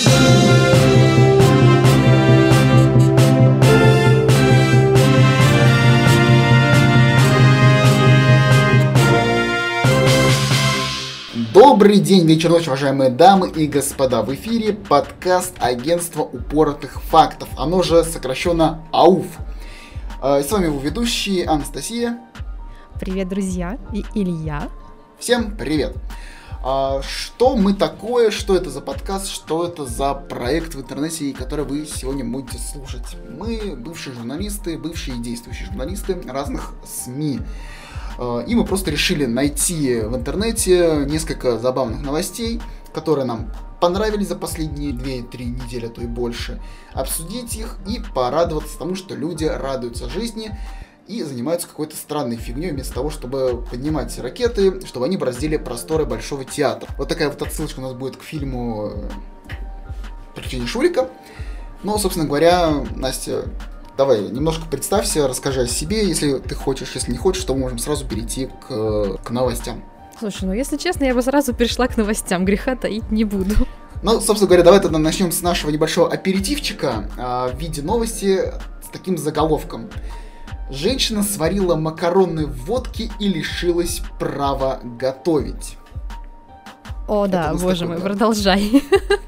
Добрый день, вечер, ночь, уважаемые дамы и господа. В эфире подкаст Агентства упоротых фактов, оно же сокращенно АУФ. С вами его ведущие Анастасия. Привет, друзья, и Илья. Всем привет. Что мы такое, что это за подкаст, что это за проект в интернете, который вы сегодня будете слушать? Мы бывшие журналисты, бывшие действующие журналисты разных СМИ. И мы просто решили найти в интернете несколько забавных новостей, которые нам понравились за последние 2-3 недели, а то и больше, обсудить их и порадоваться тому, что люди радуются жизни и занимаются какой-то странной фигней, вместо того, чтобы поднимать ракеты, чтобы они бороздили просторы Большого театра. Вот такая вот отсылочка у нас будет к фильму «Приключения Шурика». Но, собственно говоря, Настя, давай, немножко представься, расскажи о себе, если ты хочешь, если не хочешь, то мы можем сразу перейти к новостям. Слушай, если честно, я бы сразу перешла к новостям, греха таить не буду. Ну, собственно говоря, давай тогда начнем с нашего небольшого аперитивчика в виде новости с таким заголовком. Женщина сварила макароны в водке и лишилась права готовить. О, да, боже мой, продолжай.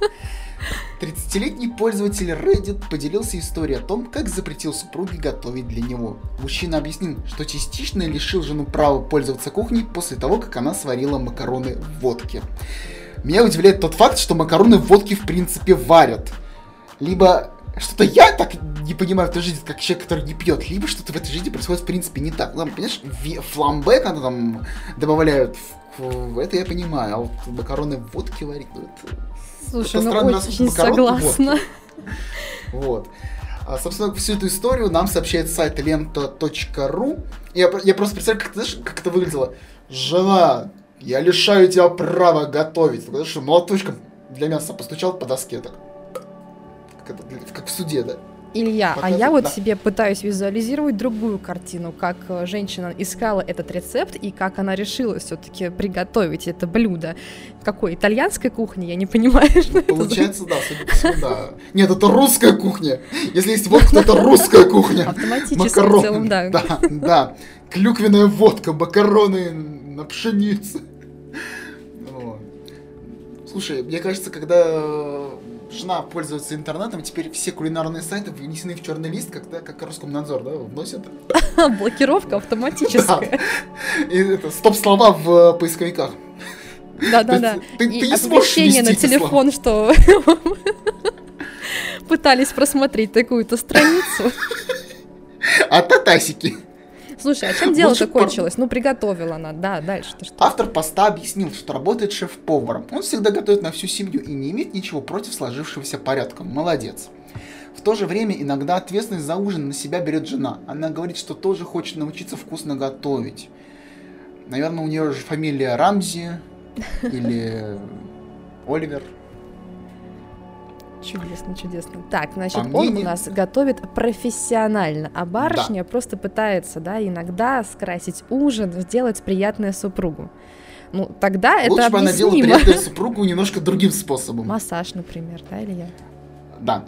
30-летний пользователь Reddit поделился историей о том, как запретил супруге готовить для него. Мужчина объяснил, что частично лишил жену права пользоваться кухней после того, как она сварила макароны в водке. Меня удивляет тот факт, что макароны в водке в принципе варят. Либо что-то я так не понимаю в этой жизни, как человек, который не пьет, либо что-то в этой жизни происходит в принципе не так. Там, понимаешь, фламбе, когда там добавляют в это, я понимаю, а вот макароны в водке варить, слушай, очень согласна. Вот. Собственно, всю эту историю нам сообщает сайт lenta.ru. Я просто представляю, как это выглядело. Жена, я лишаю тебя права готовить. Потому что молоточком для мяса постучал по доске так. Как в суде, да. Илья, я вот себе пытаюсь визуализировать другую картину, как женщина искала этот рецепт и как она решила все-таки приготовить это блюдо. Какой? Итальянской кухни? Я не понимаю, что это. Получается, да, судя по всему, да. Нет, это русская кухня. Если есть водка, то это русская кухня. Автоматически в целом, да. Да. Клюквенная водка, макароны на пшенице. Слушай, мне кажется, когда жена пользуется интернетом, теперь все кулинарные сайты внесены в черный лист, как Роскомнадзор, да, вносят. Блокировка автоматическая. И это стоп-слова в поисковиках. Да. Ты не сможешь оповещение на телефон, что пытались просмотреть такую-то страницу. А татасики. Слушай, а чем дело-то кончилось? Приготовила она, да, дальше-то что? Автор поста объяснил, что работает шеф-поваром. Он всегда готовит на всю семью и не имеет ничего против сложившегося порядка. Молодец. В то же время иногда ответственность за ужин на себя берет жена. Она говорит, что тоже хочет научиться вкусно готовить. Наверное, у нее же фамилия Рамзи или Оливер. Чудесно. Так, значит, он у нас готовит профессионально, а барышня просто пытается, да, иногда скрасить ужин, сделать приятное супругу. Тогда лучше это объяснимо. Лучше бы она делала приятное супругу немножко другим способом. Массаж, например, да, Илья? Да.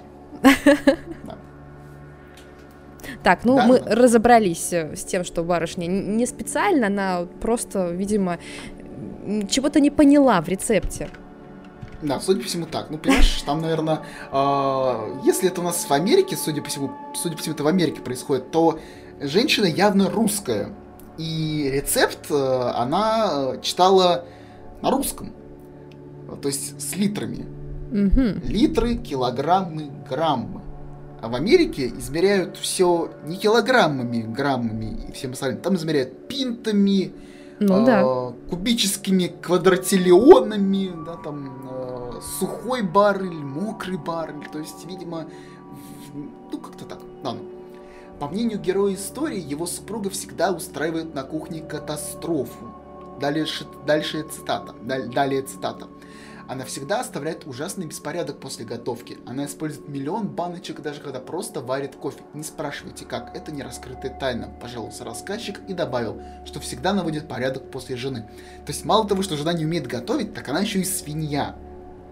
Так, мы разобрались с тем, что барышня не специально, она просто, видимо, чего-то не поняла в рецепте. Да, судя по всему так. Понимаешь, там, наверное, если это у нас в Америке, судя по всему, это в Америке происходит, то женщина явно русская. И рецепт она читала на русском. То есть с литрами. Литры, килограммы, граммы. А в Америке измеряют все не килограммами, граммами и всем остальным. Там измеряют пинтами, кубическими квадратиллионами, да, там сухой баррель, мокрый баррель, то есть, видимо, как-то так. По мнению героя истории, его супруга всегда устраивает на кухне катастрофу. Далее цитата. Она всегда оставляет ужасный беспорядок после готовки. Она использует миллион баночек, даже когда просто варит кофе. Не спрашивайте, как, это не раскрытая тайна, пожаловался рассказчик и добавил, что всегда наводит порядок после жены. То есть мало того, что жена не умеет готовить, так она еще и свинья.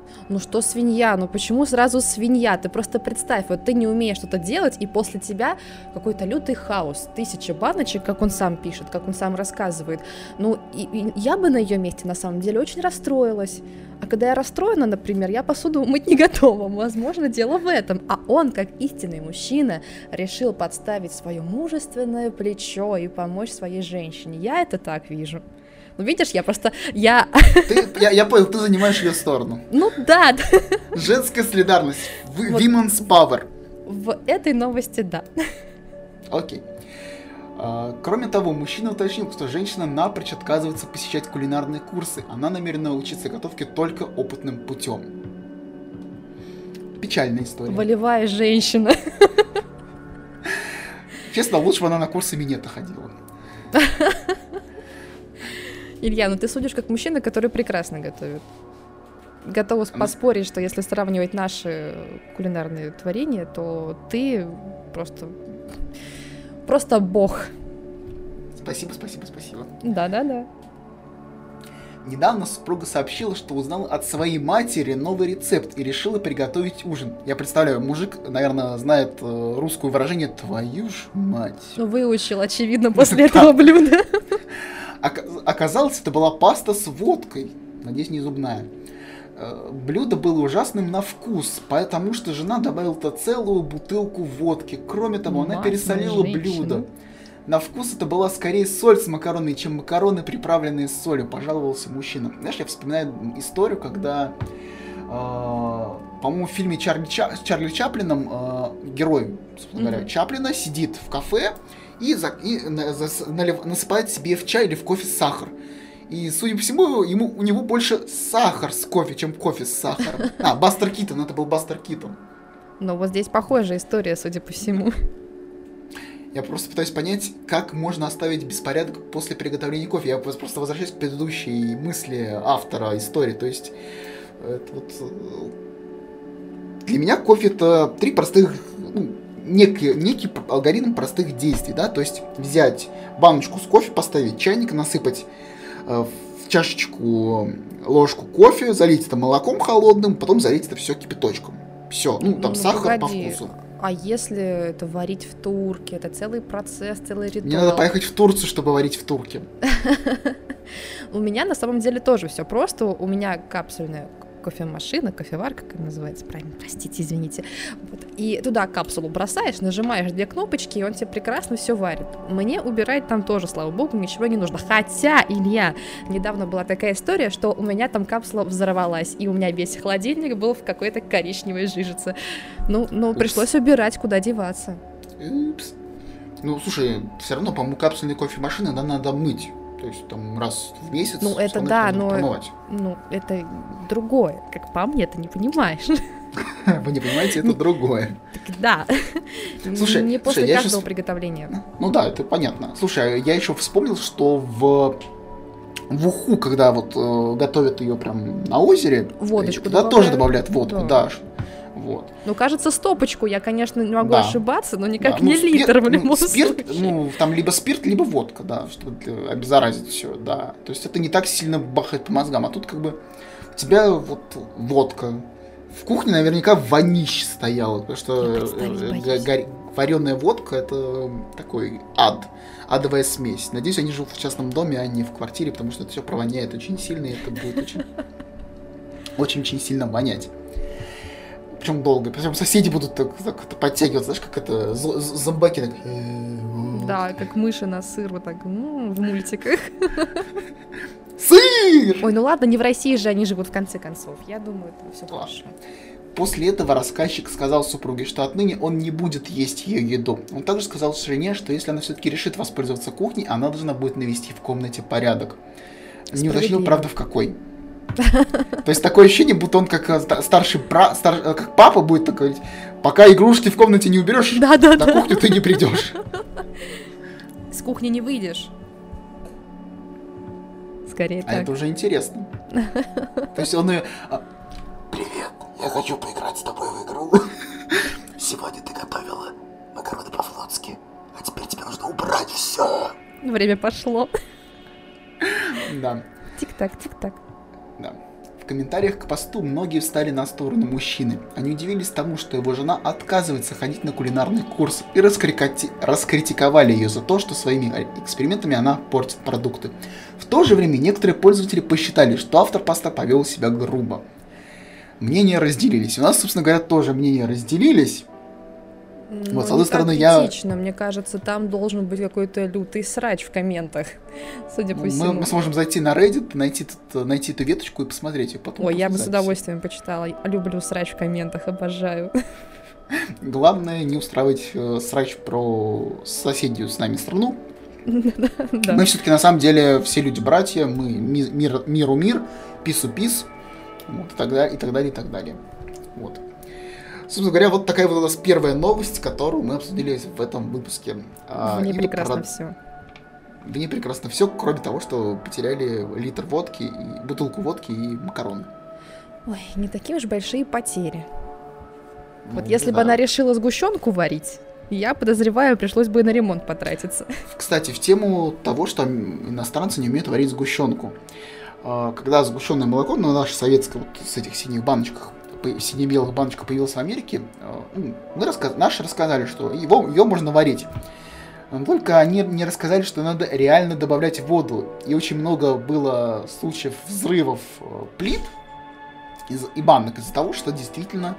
Ну что свинья? Ну почему сразу свинья? Ты просто представь, вот ты не умеешь что-то делать, и после тебя какой-то лютый хаос, 1000 баночек, как он сам пишет, как он сам рассказывает. Ну, и я бы на ее месте, на самом деле, очень расстроилась. А когда я расстроена, например, я посуду мыть не готова. Возможно, дело в этом. А он, как истинный мужчина, решил подставить свое мужественное плечо и помочь своей женщине. Я это так вижу. Ну, видишь, я Я понял, ты занимаешь ее сторону. Ну, да. Женская солидарность. Women's power. В этой новости, да. Окей. Кроме того, мужчина уточнил, что женщина напрочь отказывается посещать кулинарные курсы. Она намерена учиться готовке только опытным путем. Печальная история. Волевая женщина. Честно, лучше бы она на курсы минета ходила. Илья, ну ты судишь как мужчина, который прекрасно готовит. Готова поспорить, что если сравнивать наши кулинарные творения, то ты просто бог. Спасибо. Да. Недавно супруга сообщила, что узнала от своей матери новый рецепт и решила приготовить ужин. Я представляю, мужик, наверное, знает русское выражение «твою ж мать». Ну, выучил, очевидно, после этого блюда. Оказалось, это была паста с водкой. Надеюсь, не зубная. Блюдо было ужасным на вкус, потому что жена добавила целую бутылку водки. Кроме того, она пересолила блюдо. На вкус это была скорее соль с макароной, чем макароны, приправленные солью, пожаловался мужчина. Знаешь, я вспоминаю историю, когда, по-моему, в фильме Чарли Чаплином герой, собственно говоря, Чаплина сидит в кафе и насыпает себе в чай или в кофе сахар. И, судя по всему, у него больше сахар с кофе, чем кофе с сахаром. Бастер Китон, это был Бастер Китон. Ну, вот здесь похожая история, судя по всему. Я просто пытаюсь понять, как можно оставить беспорядок после приготовления кофе. Я просто возвращаюсь к предыдущей мысли автора истории. То есть, для меня кофе это 3 простых, некий алгоритм простых действий, да, то есть взять баночку с кофе, поставить чайник, насыпать в чашечку ложку кофе, залить это молоком холодным, потом залить это все кипяточком. Все, сахар по вкусу. А если это варить в турке, это целый процесс, целый ритуал. Мне надо поехать в Турцию, чтобы варить в турке. У меня на самом деле тоже все просто. У меня капсульная кофемашина, кофеварка, как называется правильно, простите, извините. Вот. И туда капсулу бросаешь, нажимаешь 2 кнопочки, и он тебе прекрасно все варит. Мне убирать там тоже, слава богу, ничего не нужно. Хотя, Илья, недавно была такая история, что у меня там капсула взорвалась, и у меня весь холодильник был в какой-то коричневой жижице. Ну, пришлось убирать, куда деваться. Упс. Ну, слушай, все равно, по-моему, капсульные кофемашины надо мыть. То есть там раз в месяц. Ну, это да, но это другое. Как по мне, ты не понимаешь. Вы не понимаете, это другое. Да. Слушай, не после каждого приготовления. Ну да, это понятно. Слушай, я еще вспомнил, что в уху, когда готовят ее прям на озере, водочку туда тоже добавляют водку, да. Вот. Ну, кажется, стопочку я, конечно, не могу ошибаться, но никак да. не литр в любом спирт, случае. Там либо спирт, либо водка, да, чтобы обеззаразить все, да. То есть это не так сильно бахает по мозгам, а тут как бы у тебя водка. В кухне наверняка вонища стояло, потому что вареная водка это такой адовая смесь. Надеюсь, они живут в частном доме, а не в квартире, потому что это все провоняет очень сильно, и это будет очень сильно вонять. Причем долго. Причем соседи будут так подтягиваться, знаешь, как это зомбаки так. Да, как мыши на сыр, вот так, в мультиках. Сыр! Ой, ну ладно, не в России же они живут в конце концов. Я думаю, это все хорошо. После этого рассказчик сказал супруге, что отныне он не будет есть ее еду. Он также сказал жене, что если она все-таки решит воспользоваться кухней, она должна будет навести в комнате порядок. Не уточнил, правда, в какой. То есть такое ощущение, будто он как старший брат, как папа будет такой, пока игрушки в комнате не уберешь, на кухню ты не придешь. С кухни не выйдешь. Скорее так. А это уже интересно. То есть он ее... Привет, я хочу поиграть с тобой в игру. Сегодня ты готовила макароны по-флотски, а теперь тебе нужно убрать все. Время пошло. Да. Тик-так, тик-так. Да. комментариях к посту многие встали на сторону мужчины. Они удивились тому, что его жена отказывается ходить на кулинарный курс, и раскритиковали ее за то, что своими экспериментами она портит продукты. В то же время некоторые пользователи посчитали, что автор поста повел себя грубо. Мнения разделились. У нас, собственно говоря, тоже мнения разделились. Вот, с одной стороны, мне кажется, там должен быть какой-то лютый срач в комментах, судя по всему. Мы сможем зайти на Reddit, найти эту веточку и посмотреть ее потом. Ой, я бы с удовольствием почитала. Люблю срач в комментах, обожаю. Главное не устраивать срач про соседнюю с нами страну. Мы все-таки на самом деле все люди-братья, мы миру мир, пису пис, вот, и так далее. Вот. Собственно говоря, вот такая вот у нас первая новость, которую мы обсудили в этом выпуске. В ней прекрасно все. В ней прекрасно все, кроме того, что потеряли литр водки, и бутылку водки и макароны. Ой, не такие уж большие потери. Вот если бы она решила сгущенку варить, я подозреваю, пришлось бы и на ремонт потратиться. Кстати, в тему того, что иностранцы не умеют варить сгущенку. Когда сгущенное молоко, наше советское, вот с этих синих баночках, сине-белых баночка появилась в Америке, наши рассказали, что ее можно варить. Но только они не рассказали, что надо реально добавлять воду. И очень много было случаев взрывов плит и банок из-за того, что действительно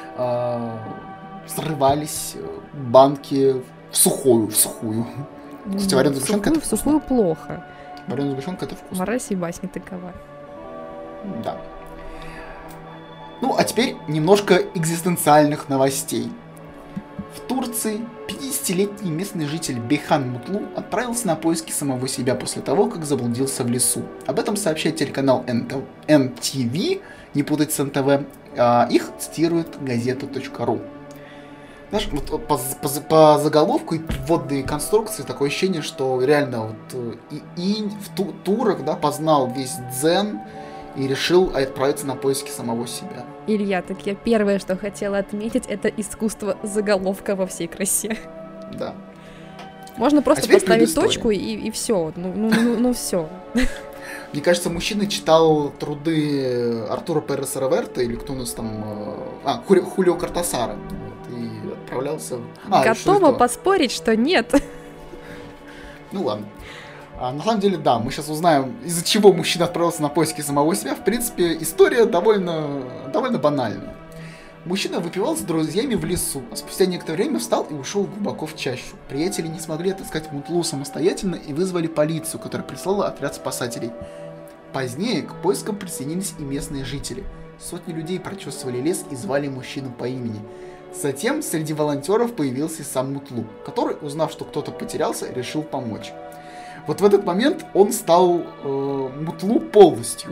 взрывались банки в сухую. Кстати, вареная сгущенка это вкусно. В сухую плохо. Вареная сгущенка это вкусно. Морась и басни такова. Да. Ну, а теперь немножко экзистенциальных новостей. В Турции 50-летний местный житель Бейхан Мутлу отправился на поиски самого себя после того, как заблудился в лесу. Об этом сообщает телеканал NTV, не путать с НТВ, их цитирует газета.ру. Знаешь, вот по заголовку и вводной конструкции такое ощущение, что реально вот турок, да, познал весь дзен и решил отправиться на поиски самого себя. Илья, так я первое, что хотела отметить, это искусство заголовка во всей красе. Да. Можно просто поставить точку и все. Ну все. Мне кажется, мужчина читал труды Артура Переса Реверта, или кто у нас там... Хулио Кортасара. Вот, и отправлялся... Готова поспорить, что нет. Ну ладно. На самом деле, да, мы сейчас узнаем, из-за чего мужчина отправился на поиски самого себя. В принципе, история довольно банальная. Мужчина выпивал с друзьями в лесу, а спустя некоторое время встал и ушел глубоко в чащу. Приятели не смогли отыскать Мутлу самостоятельно и вызвали полицию, которая прислала отряд спасателей. Позднее к поискам присоединились и местные жители. Сотни людей прочесывали лес и звали мужчину по имени. Затем среди волонтеров появился и сам Мутлу, который, узнав, что кто-то потерялся, решил помочь. Вот в этот момент он стал Мутлу полностью.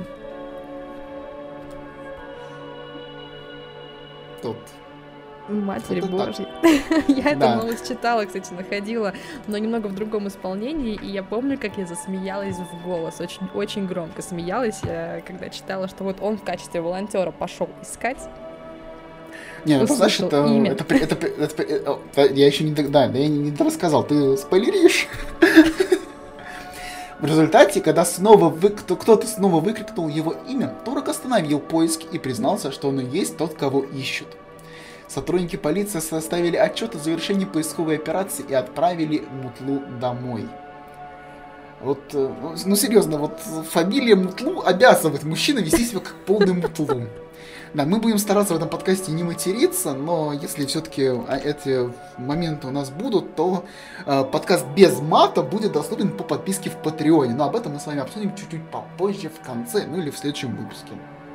Тот. Матерь Божья. Я эту новость читала, кстати, находила, но немного в другом исполнении, и я помню, как я засмеялась в голос. Очень громко смеялась, когда читала, что вот он в качестве волонтера пошел искать. Не, ну знаешь, это я еще не рассказал, ты спойлеришь. В результате, когда кто-то снова выкрикнул его имя, турок остановил поиски и признался, что он и есть тот, кого ищут. Сотрудники полиции составили отчет о завершении поисковой операции и отправили Мутлу домой. Вот, ну серьезно, вот фамилия Мутлу обязывает мужчину вести себя как полный Мутлу. Да, мы будем стараться в этом подкасте не материться, но если все-таки эти моменты у нас будут, то подкаст без мата будет доступен по подписке в Патреоне. Но об этом мы с вами обсудим чуть-чуть попозже, в конце, ну или в следующем выпуске.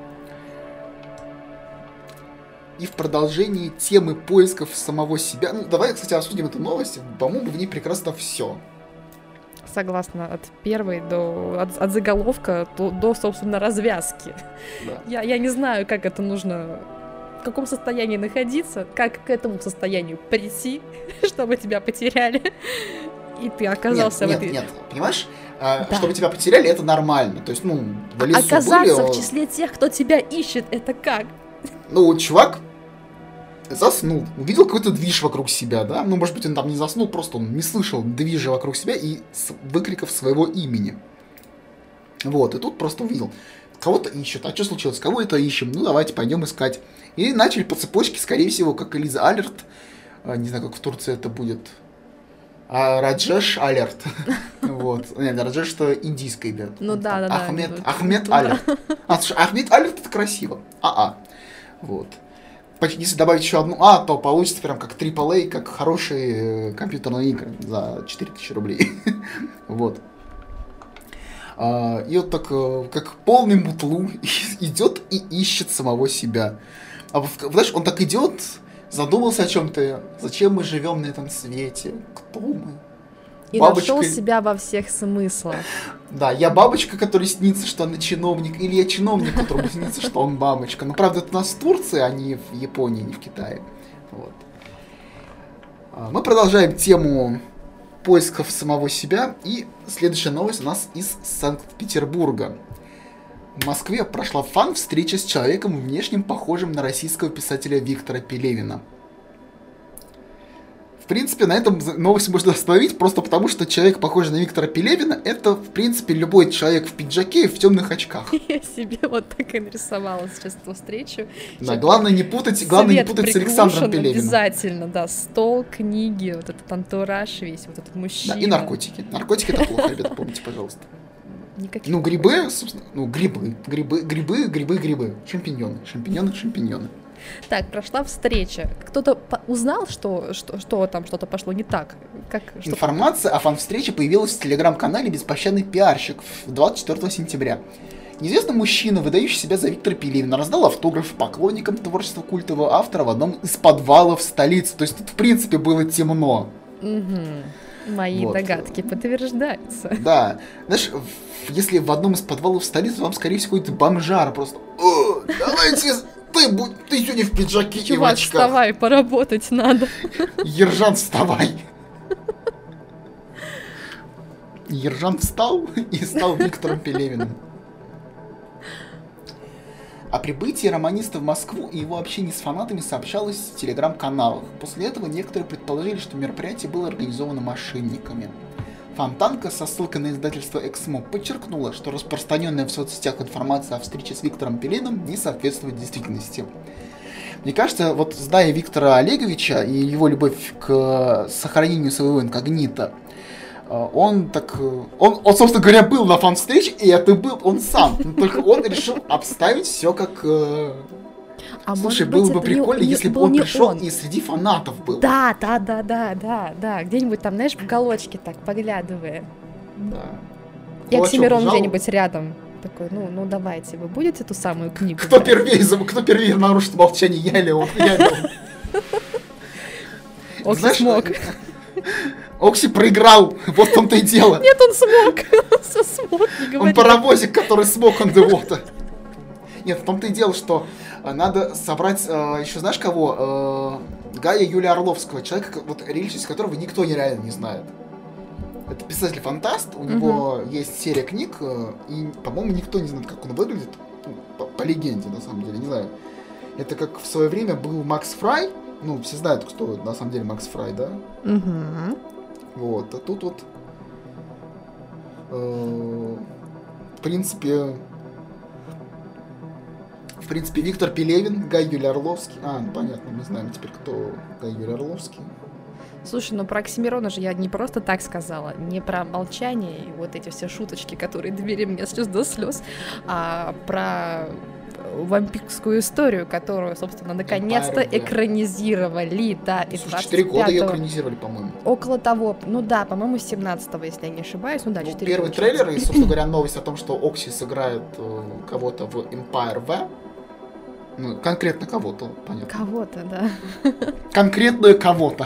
И в продолжении темы поисков самого себя... Ну, давай, кстати, обсудим эту новость. По-моему, в ней прекрасно все. Согласна, от первой от заголовка до, собственно, развязки. Да. Я не знаю, как это нужно, в каком состоянии находиться, как к этому состоянию прийти, чтобы тебя потеряли, и ты оказался в этой... Нет, понимаешь, да. Чтобы тебя потеряли, это нормально, то есть, ну, в лесу оказаться в числе тех, кто тебя ищет, это как? Ну, чувак заснул, увидел какой-то движ вокруг себя, да, ну, может быть, он там не заснул, просто он не слышал движа вокруг себя и выкриков своего имени. Вот, и тут просто увидел. кого-то ищут. А что случилось? Кого-то ищем. Ну, давайте пойдем искать. И начали по цепочке, скорее всего, как Элиза Алерт. Не знаю, как в Турции это будет. Раджеш Алерт. Вот. Нет, Раджеш это индийское имя. Ну да. Ахмед Алерт. Слушай, Ахмед Алерт это красиво. Вот. Если добавить еще одну то получится прям как AAA, как хорошие компьютерные игры за 4000 рублей. Вот. И вот так, как полный мутлу, идет и ищет самого себя. Знаешь, он так идет, задумался о чем-то. Зачем мы живем на этом свете? Кто мы? И нашел себя во всех смыслах. Да, я бабочка, которой снится, что она чиновник, или я чиновник, которому снится, что он бабочка. Но правда, это у нас в Турции, а не в Японии, не в Китае. Вот. Мы продолжаем тему поисков самого себя. И следующая новость у нас из Санкт-Петербурга. В Москве прошла фан-встреча с человеком, внешним похожим на российского писателя Виктора Пелевина. В принципе, на этом новость можно остановить, просто потому, что человек, похожий на Виктора Пелевина, это, в принципе, любой человек в пиджаке и в темных очках. Я себе вот так и нарисовала сейчас эту встречу. Да, главное не путать с Александром Пелевиным. Обязательно, да, стол, книги, вот этот антураж весь, вот этот мужчина. Да, и наркотики. Наркотики это плохо, ребята, помните, пожалуйста. Никаких. Ну, грибы, собственно, грибы. Шампиньоны. Так, прошла встреча. Кто-то узнал, что там что-то пошло не так? Информация о фан-встрече появилась в телеграм-канале «Беспощадный пиарщик» 24 сентября. Неизвестный мужчина, выдающий себя за Виктора Пелевина, раздал автографы поклонникам творчества культового автора в одном из подвалов столицы. То есть тут, в принципе, было темно. Мои догадки подтверждаются. Да. Знаешь, если в одном из подвалов столицы, вам, скорее всего, какой-то бомжара просто. Давайте... Ты сегодня в пиджаке и в очках. Вставай, поработать надо. Ержан, вставай. Ержан встал и стал Виктором Пелевиным. О прибытии романиста в Москву и его общении с фанатами сообщалось в телеграм-каналах. После этого некоторые предположили, что мероприятие было организовано мошенниками. Фонтанка со ссылкой на издательство «Эксмо» подчеркнула, что распространенная в соцсетях информация о встрече с Виктором Пелевиным не соответствует действительности. Мне кажется, вот зная Виктора Олеговича и его любовь к сохранению своего инкогнита, он, собственно говоря, был на фан-встрече, и это был он сам. Но только он решил обставить все как... Слушай, было бы прикольно, если бы он пришел и среди фанатов был. Да. Где-нибудь там, знаешь, в уголочке так, поглядывая. Да. И Оксимирон где-нибудь рядом. Такой, ну давайте, вы будете ту самую книгу? Кто первее нарушит молчание, я или он? Окси смог. Окси проиграл, вот в том-то и дело. Нет, он смог. Все смог, не говори. Он паровозик, который смог, он девота. Нет, в том-то и дело, что надо собрать еще, знаешь кого? Гая Юлия Орловского, человека, вот личность которого никто реально не знает. Это писатель-фантаст, у него есть серия книг, и, по-моему, никто не знает, как он выглядит, по легенде, на самом деле, не знаю. Это как в свое время был Макс Фрай, ну, все знают, кто на самом деле Макс Фрай, да? Вот, а тут вот, в принципе, Виктор Пелевин, Гай Юлий Орловский. Ну понятно, мы знаем теперь, кто Гай Юлий Орловский. Слушай, ну про Оксимирона же я не просто так сказала, не про молчание и вот эти все шуточки, которые довели меня до слез, а про вампирскую историю, которую, собственно, наконец-то экранизировали, да, и 25-го. 4 года ее экранизировали, по-моему. Около того, ну да, по-моему, 17-го, если я не ошибаюсь, ну да, 4 Первый года. Трейлер и, собственно говоря, новость о том, что Окси сыграет кого-то в Empire V. Ну, конкретно кого-то, понятно. Кого-то, да. Конкретно кого-то.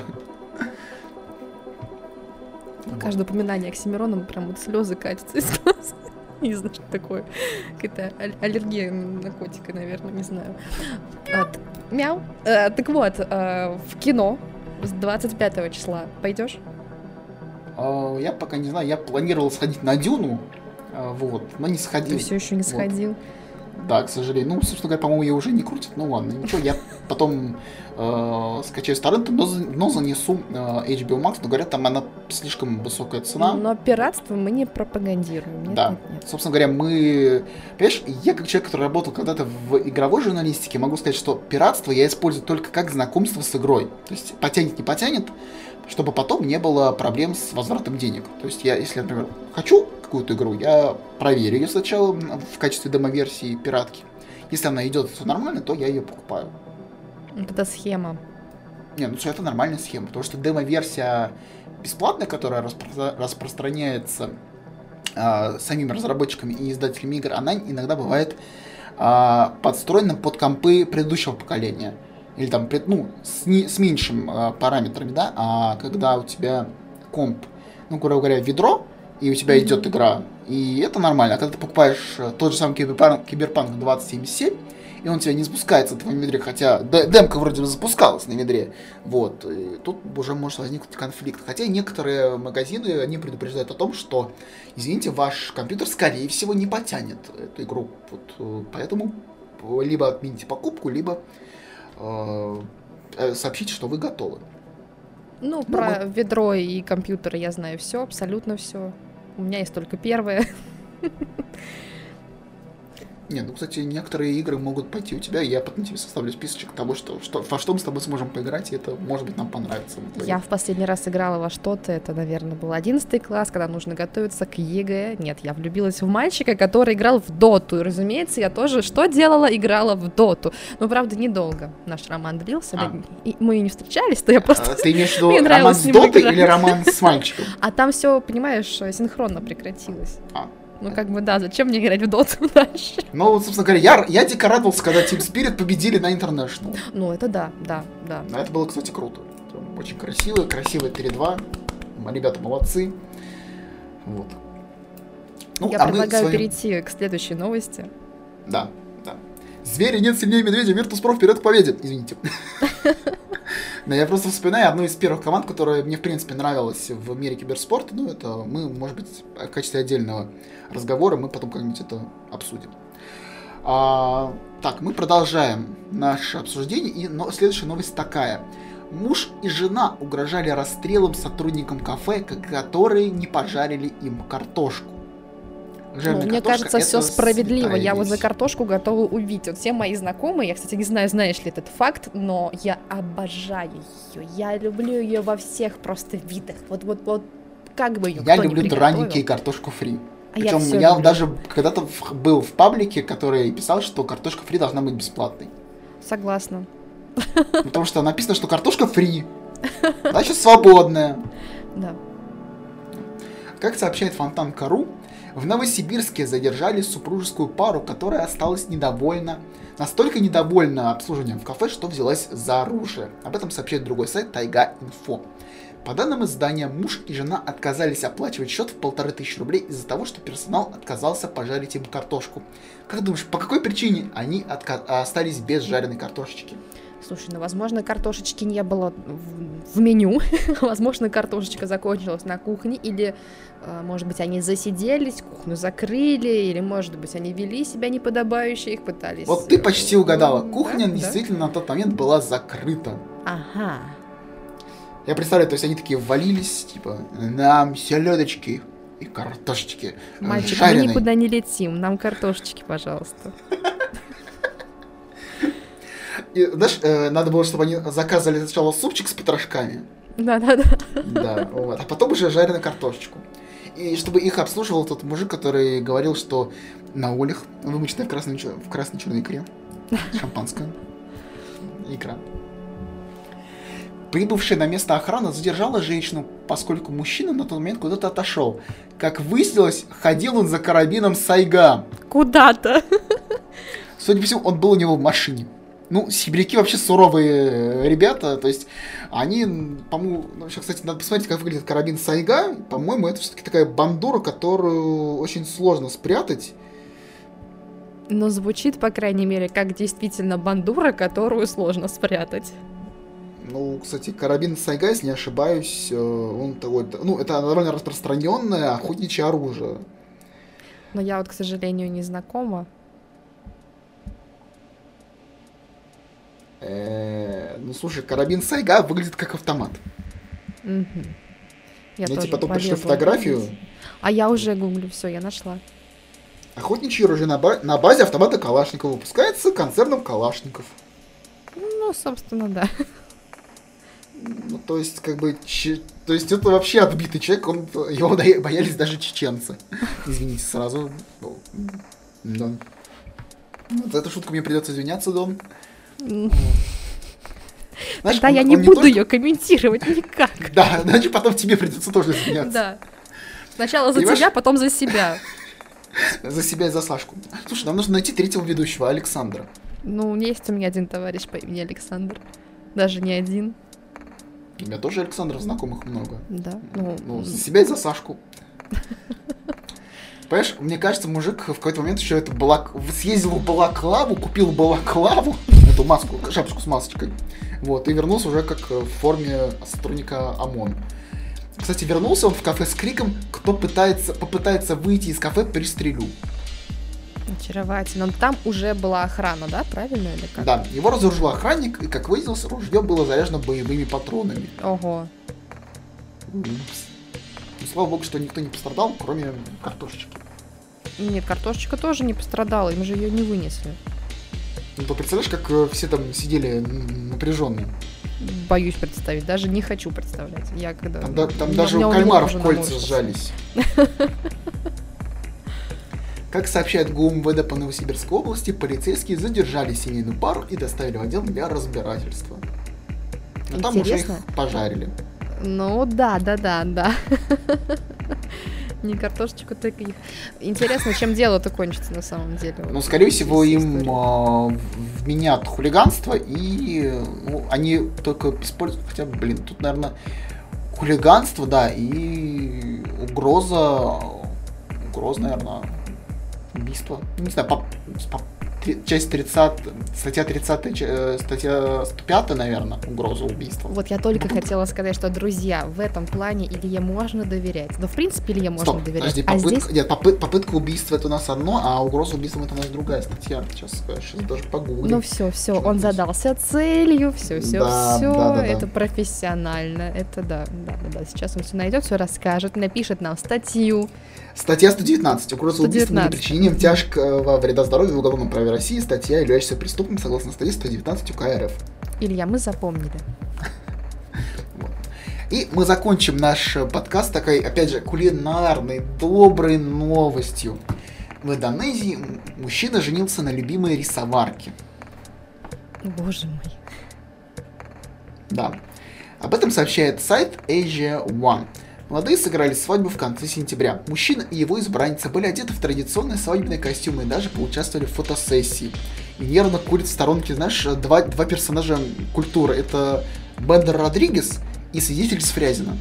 Каждое упоминание Оксимирона прям вот слезы катятся из глаз. Не знаю, что такое. Какая-то аллергия на котика, наверное, не знаю. Мяу. Так вот, в кино с 25 числа пойдешь? Я пока не знаю. Я планировал сходить на Дюну, вот, но не сходил. Ты все еще не сходил? Да, к сожалению. Ну, собственно говоря, по-моему, ее уже не крутят. Ну ладно, ничего, я потом скачаю с торрента, но занесу HBO Max, но говорят, там она слишком высокая цена. Но пиратство мы не пропагандируем. Нет, да, нет. собственно говоря, понимаешь, я как человек, который работал когда-то в игровой журналистике, могу сказать, что пиратство я использую только как знакомство с игрой. То есть потянет, не потянет, чтобы потом не было проблем с возвратом денег. То есть я, если, например, хочу какую-то игру, я проверю ее сначала в качестве демо-версии пиратки. Если она идет все нормально, то я ее покупаю. Вот это схема. Не, ну это нормальная схема, потому что демо-версия бесплатная, которая распространяется самими разработчиками и издателями игр, она иногда бывает подстроена под компы предыдущего поколения. Или там, ну, с меньшим параметрами, да, а когда у тебя комп, ну, грубо говоря, ведро, и у тебя идет игра, и это нормально. А когда ты покупаешь тот же самый Киберпанк 2077, и он у тебя не запускается на твоем ведре, хотя демка вроде бы запускалась на ведре, вот, и тут уже может возникнуть конфликт. Хотя некоторые магазины, они предупреждают о том, что, извините, ваш компьютер, скорее всего, не потянет эту игру, вот, поэтому либо отмените покупку, либо сообщите, что вы готовы. Ну, про ведро и компьютеры я знаю все, абсолютно все. У меня есть только первое. Не, ну, кстати, некоторые игры могут пойти у тебя, и я потом тебе составлю списочек того, во что мы с тобой сможем поиграть, и это, может быть, нам понравится. Я в последний раз играла во что-то, это, наверное, был 11 класс, когда нужно готовиться к ЕГЭ. Нет, я влюбилась в мальчика, который играл в доту, и, разумеется, я тоже что делала? Играла в доту. Но, правда, недолго наш роман длился, и мы не встречались, то я просто... Ты имеешь в виду роман с дотой или роман с мальчиком? А там все, понимаешь, синхронно прекратилось. Ну, как бы, да, зачем мне играть в доту дальше? Ну, вот, собственно говоря, я дико радовался, когда Team Spirit победили на International. Ну, это да. Это было, кстати, круто. Очень красивое 3-2. Ребята молодцы. Вот. Ну, я предлагаю перейти к следующей новости. Да. Звери нет сильнее медведя, Virtus.pro вперед к победе. Извините. Но я просто вспоминаю одну из первых команд, которая мне, в принципе, нравилась в мире киберспорта. Ну, это мы, может быть, в качестве отдельного разговора мы потом как-нибудь это обсудим. Так, мы продолжаем наше обсуждение. Следующая новость такая. Муж и жена угрожали расстрелом сотрудникам кафе, которые не пожарили им картошку. Мне кажется, все справедливо. Я вот за картошку готова убить. Вот все мои знакомые, я, кстати, не знаю, знаешь ли этот факт, но я обожаю ее. Я люблю ее во всех просто видах. Вот как бы ее Я люблю драники и картошку фри. Причем я даже когда-то был в паблике, который писал, что картошка фри должна быть бесплатной. Согласна. Потому что написано, что картошка фри. Значит, свободная. Да. Как сообщает Фонтанка.ру, в Новосибирске задержали супружескую пару, которая осталась настолько недовольна обслуживанием в кафе, что взялась за оружие. Об этом сообщает другой сайт Тайга.инфо. По данным издания, муж и жена отказались оплачивать счет в 1500 рублей из-за того, что персонал отказался пожарить им картошку. Как думаешь, по какой причине они остались без жареной картошечки? Слушай, ну, возможно, картошечки не было в меню, возможно, картошечка закончилась на кухне, или, может быть, они засиделись, кухню закрыли, или, может быть, они вели себя неподобающе, их пытались... Вот ты почти угадала, кухня действительно на тот момент была закрыта. Ага. Я представляю, то есть они такие ввалились, типа, нам селедочки и картошечки мальчик, мы никуда не летим, нам картошечки, пожалуйста. И, знаешь, надо было, чтобы они заказывали сначала супчик с потрошками. Да. Да, вот, а потом уже жареную картошечку. И чтобы их обслуживал тот мужик, который говорил, что на улях, вымоченная в красной черной икре, шампанское, икра. Прибывшая на место охрана задержала женщину, поскольку мужчина на тот момент куда-то отошел. Как выяснилось, ходил он за карабином Сайга. Куда-то. Судя по всему, он был у него в машине. Ну, сибиряки вообще суровые ребята, то есть они, по-моему, сейчас, кстати, надо посмотреть, как выглядит карабин Сайга. По-моему, это все-таки такая бандура, которую очень сложно спрятать. Но звучит, по крайней мере, как действительно бандура, которую сложно спрятать. Ну, кстати, карабин Сайга, если не ошибаюсь, он такой, ну, это довольно распространенное охотничье оружие. Но я вот, к сожалению, не знакома. Ну, слушай, карабин Сайга выглядит как автомат. Мгм. Я Я тебе тоже потом пришлю полезла фотографию. гуглить. А я уже гуглю, все, я нашла. Охотничье оружие на базе автомата Калашникова выпускается концерном Калашников. Ну, собственно, да. Ну, то есть, как бы, то есть это вообще отбитый человек, его боялись даже чеченцы. Извините сразу. Дон. За эту шутку мне придется извиняться, Дон. Знаешь, Тогда я не буду ее комментировать никак. Да, иначе потом тебе придется тоже извиняться. Да. Сначала за Понимаешь? тебя, потом за себя. За себя и за Сашку. Слушай, нам нужно найти третьего ведущего, Александра. Ну, есть у меня один товарищ по имени Александр. Даже не один. У меня тоже Александров знакомых много. Да. Ну, за себя и за Сашку. Понимаешь, мне кажется, мужик в какой-то момент еще это съездил в Балаклаву, купил Балаклаву, эту маску, шапочку с масочкой, вот, и вернулся уже как в форме сотрудника ОМОН. Кстати, вернулся он в кафе с криком: кто попытается выйти из кафе, пристрелю. Очаровательно. Но там уже была охрана, да? Правильно или как? Да, его разоружил охранник, и, как выяснилось, ружье было заряжено боевыми патронами. Ого. Ну, слава богу, что никто не пострадал, кроме картошечки. Нет, картошечка тоже не пострадала, им же ее не вынесли. Ну, ты представляешь, как все там сидели напряженные? Боюсь представить, даже не хочу представлять. Я когда... Там даже у кальмаров кольца сжались. Как сообщает ГУМВД по Новосибирской области, полицейские задержали семейную пару и доставили в отдел для разбирательства. Но там уже их пожарили. Ну да. Не картошечку, так и их. Интересно, чем дело-то кончится на самом деле? Ну, скорее всего, им вменят хулиганство, и они только используют, хотя бы, тут, наверное, хулиганство, да, и угроза, наверное, убийство. Не знаю, часть 30, статья 30, статья 105, наверное, угроза убийства. Вот я только хотела сказать, что, друзья, в этом плане Илье можно доверять. Но в принципе Илье можно доверять. Подожди, попытка убийства это у нас одно, а угроза убийства это у нас другая статья. Сейчас даже погуглим. Ну все, он задался целью, все, да. Это профессионально, это да. Сейчас он все найдет, все расскажет, напишет нам статью. Статья 119. Угроза убийства непричинением тяжкого вреда здоровью в Уголовном праве России. Статья, являющаяся преступным согласно статье 119 УК РФ. Илья, мы запомнили. Вот. И мы закончим наш подкаст такой, опять же, кулинарной, доброй новостью. В Индонезии мужчина женился на любимой рисоварке. Боже мой. Да. Об этом сообщает сайт Asia One. Молодые сыграли свадьбу в конце сентября. Мужчина и его избранница были одеты в традиционные свадебные костюмы и даже поучаствовали в фотосессии. И нервно курят в сторонке, знаешь, два персонажа культуры. Это Бендер Родригес и свидетель с Фрязино.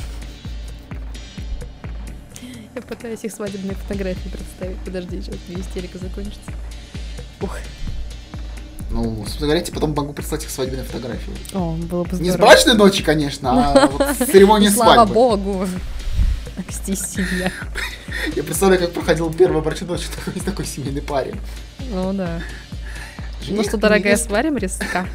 Я пытаюсь их свадебные фотографии представить. Подожди, сейчас мне истерика закончится. Ух. Ну, собственно говоря, потом могу прислать их свадебные фотографии. О, было бы здорово. Не с брачной ночи, конечно, а вот с церемонии свадьбы. Слава богу. Акстись семья. Я представляю, как проходила первая брачная ночь в такой семейной паре. Ну да. Ну что, дорогая, сварим рисочку.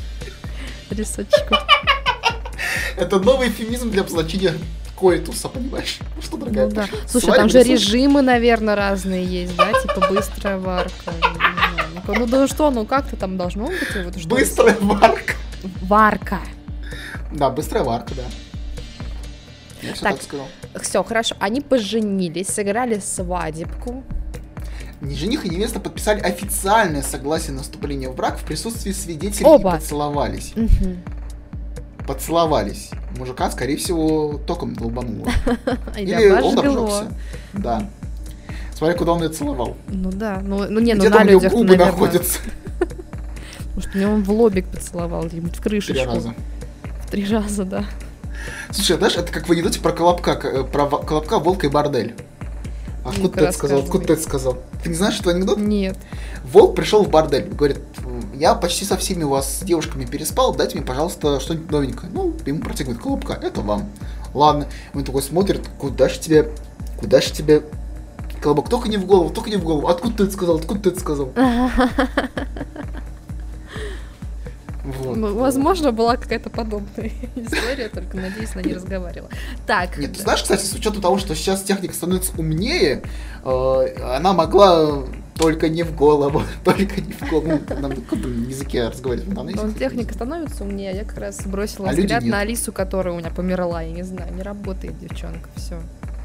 Это новый эвфемизм для обозначения коитуса, понимаешь? Ну что, дорогая, да. Слушай, там же режимы, наверное, разные есть, да? Типа быстрая варка. Ну да что, как-то там должно быть. Вот, что быстрая варка. Варка. Да, быстрая варка, да. Я все так сказал. Все, хорошо. Они поженились, сыграли свадебку. Жених и невеста подписали официальное согласие на вступление в брак в присутствии свидетелей и поцеловались. Поцеловались. Мужика, скорее всего, током долбануло. Или он обжегся. Да. Смотри, куда он ее целовал. Ну да. Ну на людях, у него губы находятся. Может, мне он в лобик поцеловал, где-нибудь в крышечку. 3 раза. В 3 раза, да. Слушай, знаешь, это как в анекдоте про Колобка, волка и бордель. Откуда ты это сказал? Ты не знаешь, что анекдот? Нет. Волк пришел в бордель, говорит: я почти со всеми у вас с девушками переспал, дайте мне, пожалуйста, что-нибудь новенькое. Ну, ему протягивает: Колобка, это вам. Ладно. Он такой смотрит: куда ж тебе? Колобок, только не в голову. Откуда ты это сказал? Вот. Ну, возможно, была какая-то подобная история, только, надеюсь, она не разговаривала. Так. Нет, ты знаешь, кстати, с учетом того, что сейчас техника становится умнее, она могла только не в голову, только не в голову. На каком языке разговаривать? Но техника становится умнее, я как раз бросила А взгляд люди нет. на Алису, которая у меня померла, я не знаю, не работает девчонка, все.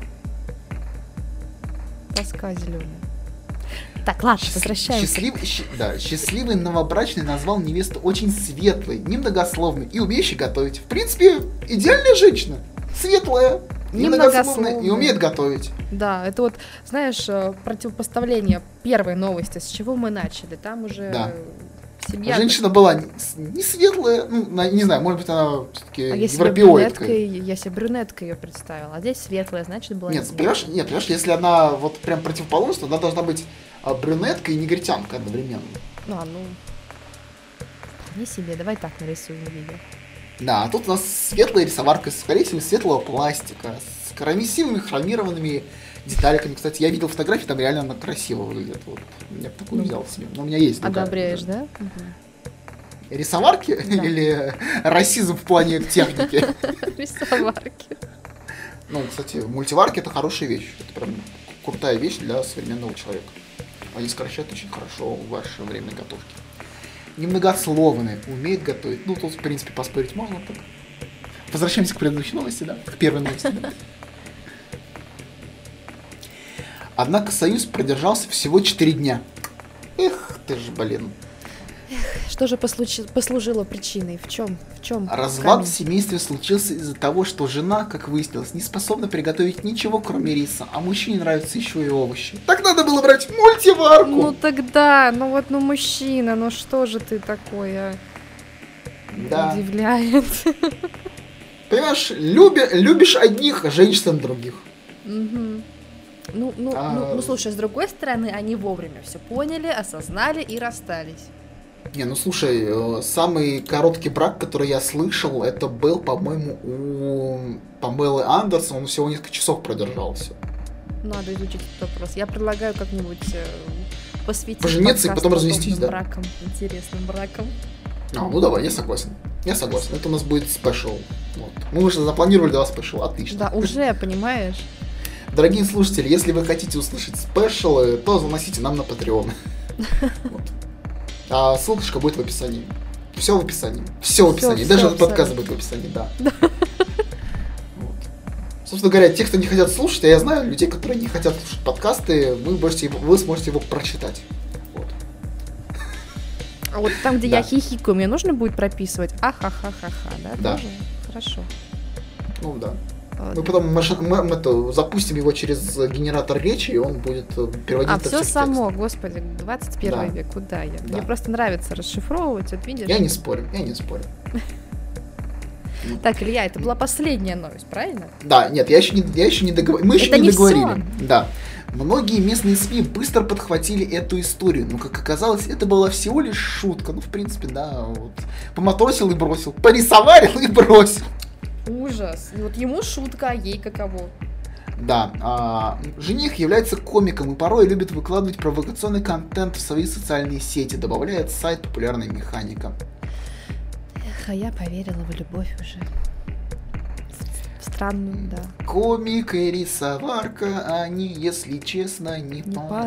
Тоска зеленая. Так, ладно, возвращаемся. Счастливый новобрачный назвал невесту очень светлой, немногословной и умеющей готовить. В принципе, идеальная женщина. Светлая, немногословная и умеет готовить. Да, это вот, знаешь, противопоставление первой новости, с чего мы начали. Там уже семья... Женщина была не светлая, ну, не знаю, может быть, она все-таки европеоидка. Я себе брюнеткой ее представила, а здесь светлая, значит, была не светлая. Нет, понимаешь, если она вот прям противоположность, то она должна быть брюнетка и негритянка одновременно. Ну, не себе, давай так нарисуем видео. Да, а тут у нас светлая рисоварка, скорее всего, светлого пластика, с красивыми хромированными детальками. Кстати, я видел фотографии, там реально она красиво выглядит. Вот. Я бы такую взял себе. Но у меня есть такая. Одобряешь, да? Рисоварки? Да. Или расизм в плане техники? Рисоварки. Ну, кстати, мультиварки — это хорошая вещь. Это прям крутая вещь для современного человека. Они сокращают очень хорошо ваше время готовки. Немногословные, умеет готовить. Ну, тут, в принципе, поспорить можно. Так. Возвращаемся к предыдущей новости, да? К первой новости, да? Однако союз продержался всего 4 дня. Эх, ты же, блин. Что же послужило причиной? В чем? Развод в семействе случился из-за того, что жена, как выяснилось, не способна приготовить ничего, кроме риса, а мужчине нравятся еще и овощи. Так надо было брать мультиварку! Ну тогда, мужчина, ну что же ты такое? Да. Удивляет. Понимаешь, любишь одних, а женщин других. Угу. Ну, слушай, с другой стороны, они вовремя все поняли, осознали и расстались. Не, ну слушай, самый короткий брак, который я слышал, это был, по-моему, у Памелы Андерсон, он всего несколько часов продержался. Надо изучить этот вопрос. Я предлагаю как-нибудь посвятить пожениться и потом развестись, да? Браком, интересным браком. Ну давай, я согласен. Это у нас будет спешл. Вот. Мы уже запланировали для вас спешл, отлично. Да, уже, понимаешь? Дорогие слушатели, если вы хотите услышать спешалы, то заносите нам на Patreon. А ссылочка будет в описании. Все в описании. Даже этот подкаст будет в описании, да. Вот. Собственно говоря, те, кто не хотят слушать, а я знаю людей, которые не хотят слушать подкасты, вы сможете его прочитать. Вот. А вот там, где я хихикаю, мне нужно будет прописывать ахахахаха, да? Да. Тоже? Хорошо. Ну да. Мы потом запустим его через генератор речи, и он будет переводить это все в текст. само, господи, 21 век, куда я? Да. Мне просто нравится расшифровывать, вот видишь? Я не спорю. Так, Илья, это была последняя новость, правильно? Да, нет, я еще не договорил. Мы еще не договорили. Да. Многие местные СМИ быстро подхватили эту историю, но, как оказалось, это была всего лишь шутка. Ну, в принципе, да, вот. Поматросил и бросил, порисоварил и бросил. Ужас. И вот ему шутка, а ей каково? Да, жених является комиком и порой любит выкладывать провокационный контент в свои социальные сети, добавляет сайт «Популярная механика». Эх, а я поверила в любовь уже. Странную, да. Комик и рисоварка, они, если честно, не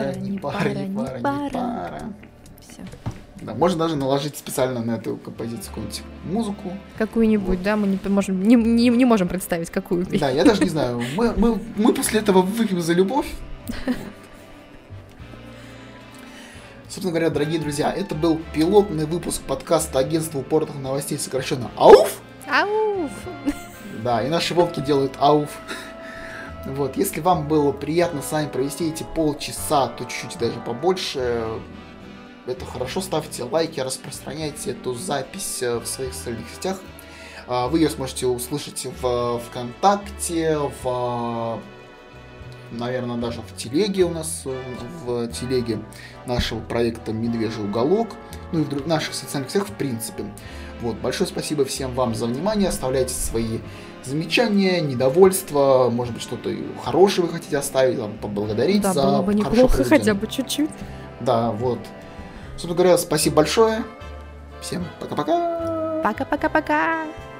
пара. Все. Да, можно даже наложить специально на эту композицию какую-нибудь музыку. Какую-нибудь, вот. Да, мы не можем представить, какую. Да, я даже не знаю. Мы после этого выпьем за любовь. Собственно говоря, дорогие друзья, это был пилотный выпуск подкаста агентства упоротых новостей, сокращенно АУФ. АУФ. Да, и наши волки делают АУФ. Вот, если вам было приятно с вами провести эти полчаса, то чуть-чуть даже побольше. Это хорошо, ставьте лайки, распространяйте эту запись в своих социальных сетях. Вы ее сможете услышать в ВКонтакте, наверное, даже в телеге у нас, в телеге нашего проекта «Медвежий уголок», ну и в наших социальных сетях в принципе. Вот, большое спасибо всем вам за внимание, оставляйте свои замечания, недовольства, может быть, что-то хорошее вы хотите оставить, там, поблагодарить да, за было бы неплохо, хотя бы чуть-чуть. Да, вот. Собственно говоря, спасибо большое. Всем пока-пока. Пока-пока-пока!